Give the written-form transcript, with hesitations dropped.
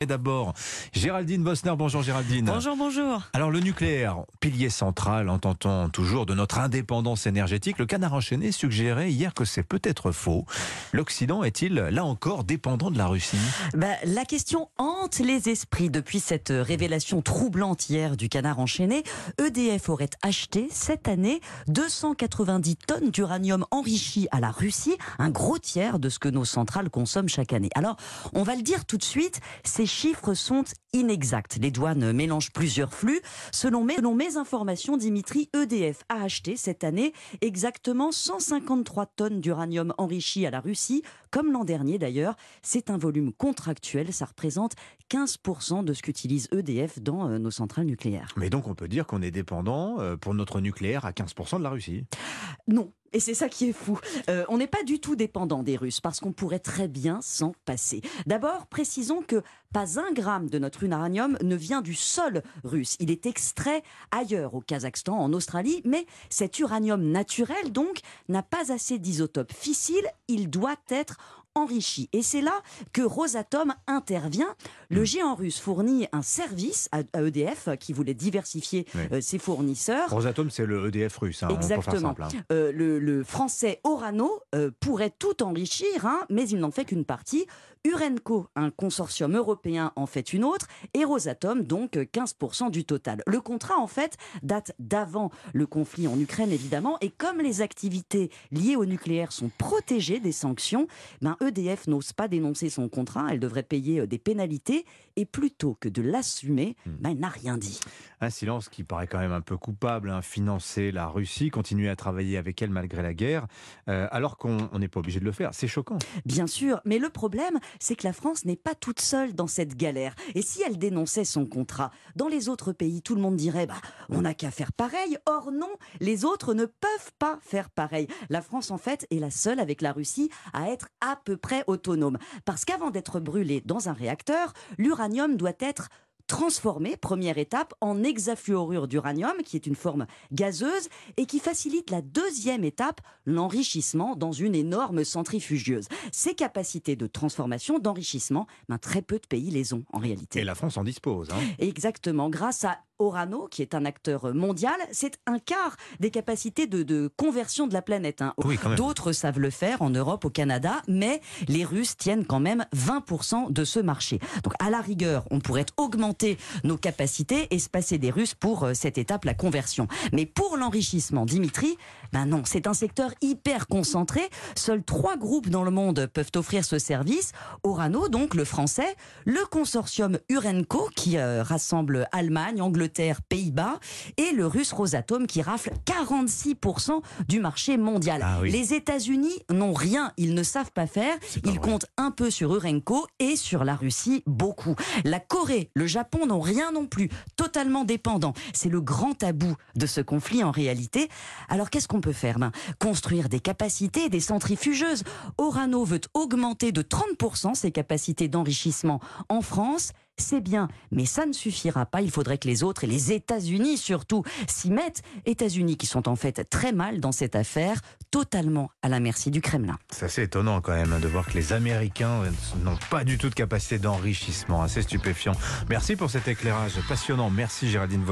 Et d'abord, Géraldine Bosner. Bonjour Géraldine. Bonjour, bonjour. Alors le nucléaire, pilier central, entend-on toujours, de notre indépendance énergétique. Le Canard enchaîné suggérait hier que c'est peut-être faux. L'Occident est-il, là encore, dépendant de la Russie ? La question hante les esprits. Depuis cette révélation troublante hier du Canard enchaîné, EDF aurait acheté cette année 290 tonnes d'uranium enrichi à la Russie, un gros tiers de ce que nos centrales consomment chaque année. Alors, on va le dire tout de suite, ces chiffres sont inexacts. Les douanes mélangent plusieurs flux. Selon mes informations, Dimitri, EDF a acheté cette année exactement 153 tonnes d'uranium enrichi à la Russie, comme l'an dernier d'ailleurs. C'est un volume contractuel, ça représente 15% de ce qu'utilise EDF dans nos centrales nucléaires. Mais donc on peut dire qu'on est dépendant pour notre nucléaire à 15% de la Russie ? Non. Et c'est ça qui est fou. On n'est pas du tout dépendant des Russes parce qu'on pourrait très bien s'en passer. D'abord, précisons que pas un gramme de notre uranium ne vient du sol russe. Il est extrait ailleurs, au Kazakhstan, en Australie. Mais cet uranium naturel, donc, n'a pas assez d'isotopes fissiles. Il doit être enrichi. Et c'est là que Rosatom intervient. Le géant russe fournit un service à EDF qui voulait diversifier ses fournisseurs. Rosatom, c'est le EDF russe, Exactement. Pour faire simple. Le français Orano pourrait tout enrichir, mais il n'en fait qu'une partie. Urenco, un consortium européen, en fait une autre, et Rosatom, donc 15% du total. Le contrat, en fait, date d'avant le conflit en Ukraine, évidemment, et comme les activités liées au nucléaire sont protégées des sanctions, EDF n'ose pas dénoncer son contrat, elle devrait payer des pénalités, et plutôt que de l'assumer, elle n'a rien dit. Un silence qui paraît quand même un peu coupable, financer la Russie, continuer à travailler avec elle malgré la guerre, alors qu'on n'est pas obligé de le faire. C'est choquant. Bien sûr, mais le problème, c'est que la France n'est pas toute seule dans cette galère. Et si elle dénonçait son contrat, dans les autres pays, tout le monde dirait on n'a qu'à faire pareil. Or non, les autres ne peuvent pas faire pareil. La France, en fait, est la seule avec la Russie à être à peu près autonome. Parce qu'avant d'être brûlé dans un réacteur, l'uranium doit être transformé, première étape, en hexafluorure d'uranium, qui est une forme gazeuse et qui facilite la deuxième étape, l'enrichissement dans une énorme centrifugeuse. Ces capacités de transformation, d'enrichissement, très peu de pays les ont en réalité. Et la France en dispose. Exactement, grâce à Orano, qui est un acteur mondial, c'est un quart des capacités de conversion de la planète. Oui, quand même. D'autres savent le faire en Europe, au Canada, mais les Russes tiennent quand même 20% de ce marché. Donc à la rigueur, on pourrait augmenter nos capacités et se passer des Russes pour cette étape, la conversion. Mais pour l'enrichissement, Dimitri, non, c'est un secteur hyper concentré. Seuls 3 groupes dans le monde peuvent offrir ce service. Orano, donc le français, le consortium Urenco, qui rassemble Allemagne, Angleterre, Pays-Bas, et le russe Rosatom qui rafle 46% du marché mondial. Les États-Unis n'ont rien, ils ne savent pas faire, ils comptent un peu sur Urenco et sur la Russie beaucoup. La Corée, le Japon n'ont rien non plus, totalement dépendants. C'est le grand tabou de ce conflit en réalité. Alors qu'est-ce qu'on peut faire ? Construire des capacités, des centrifugeuses. Orano veut augmenter de 30% ses capacités d'enrichissement en France. C'est bien, mais ça ne suffira pas. Il faudrait que les autres, et les États-Unis surtout, s'y mettent. États-Unis qui sont en fait très mal dans cette affaire, totalement à la merci du Kremlin. C'est assez étonnant quand même de voir que les Américains n'ont pas du tout de capacité d'enrichissement. Assez stupéfiant. Merci pour cet éclairage passionnant. Merci Géraldine.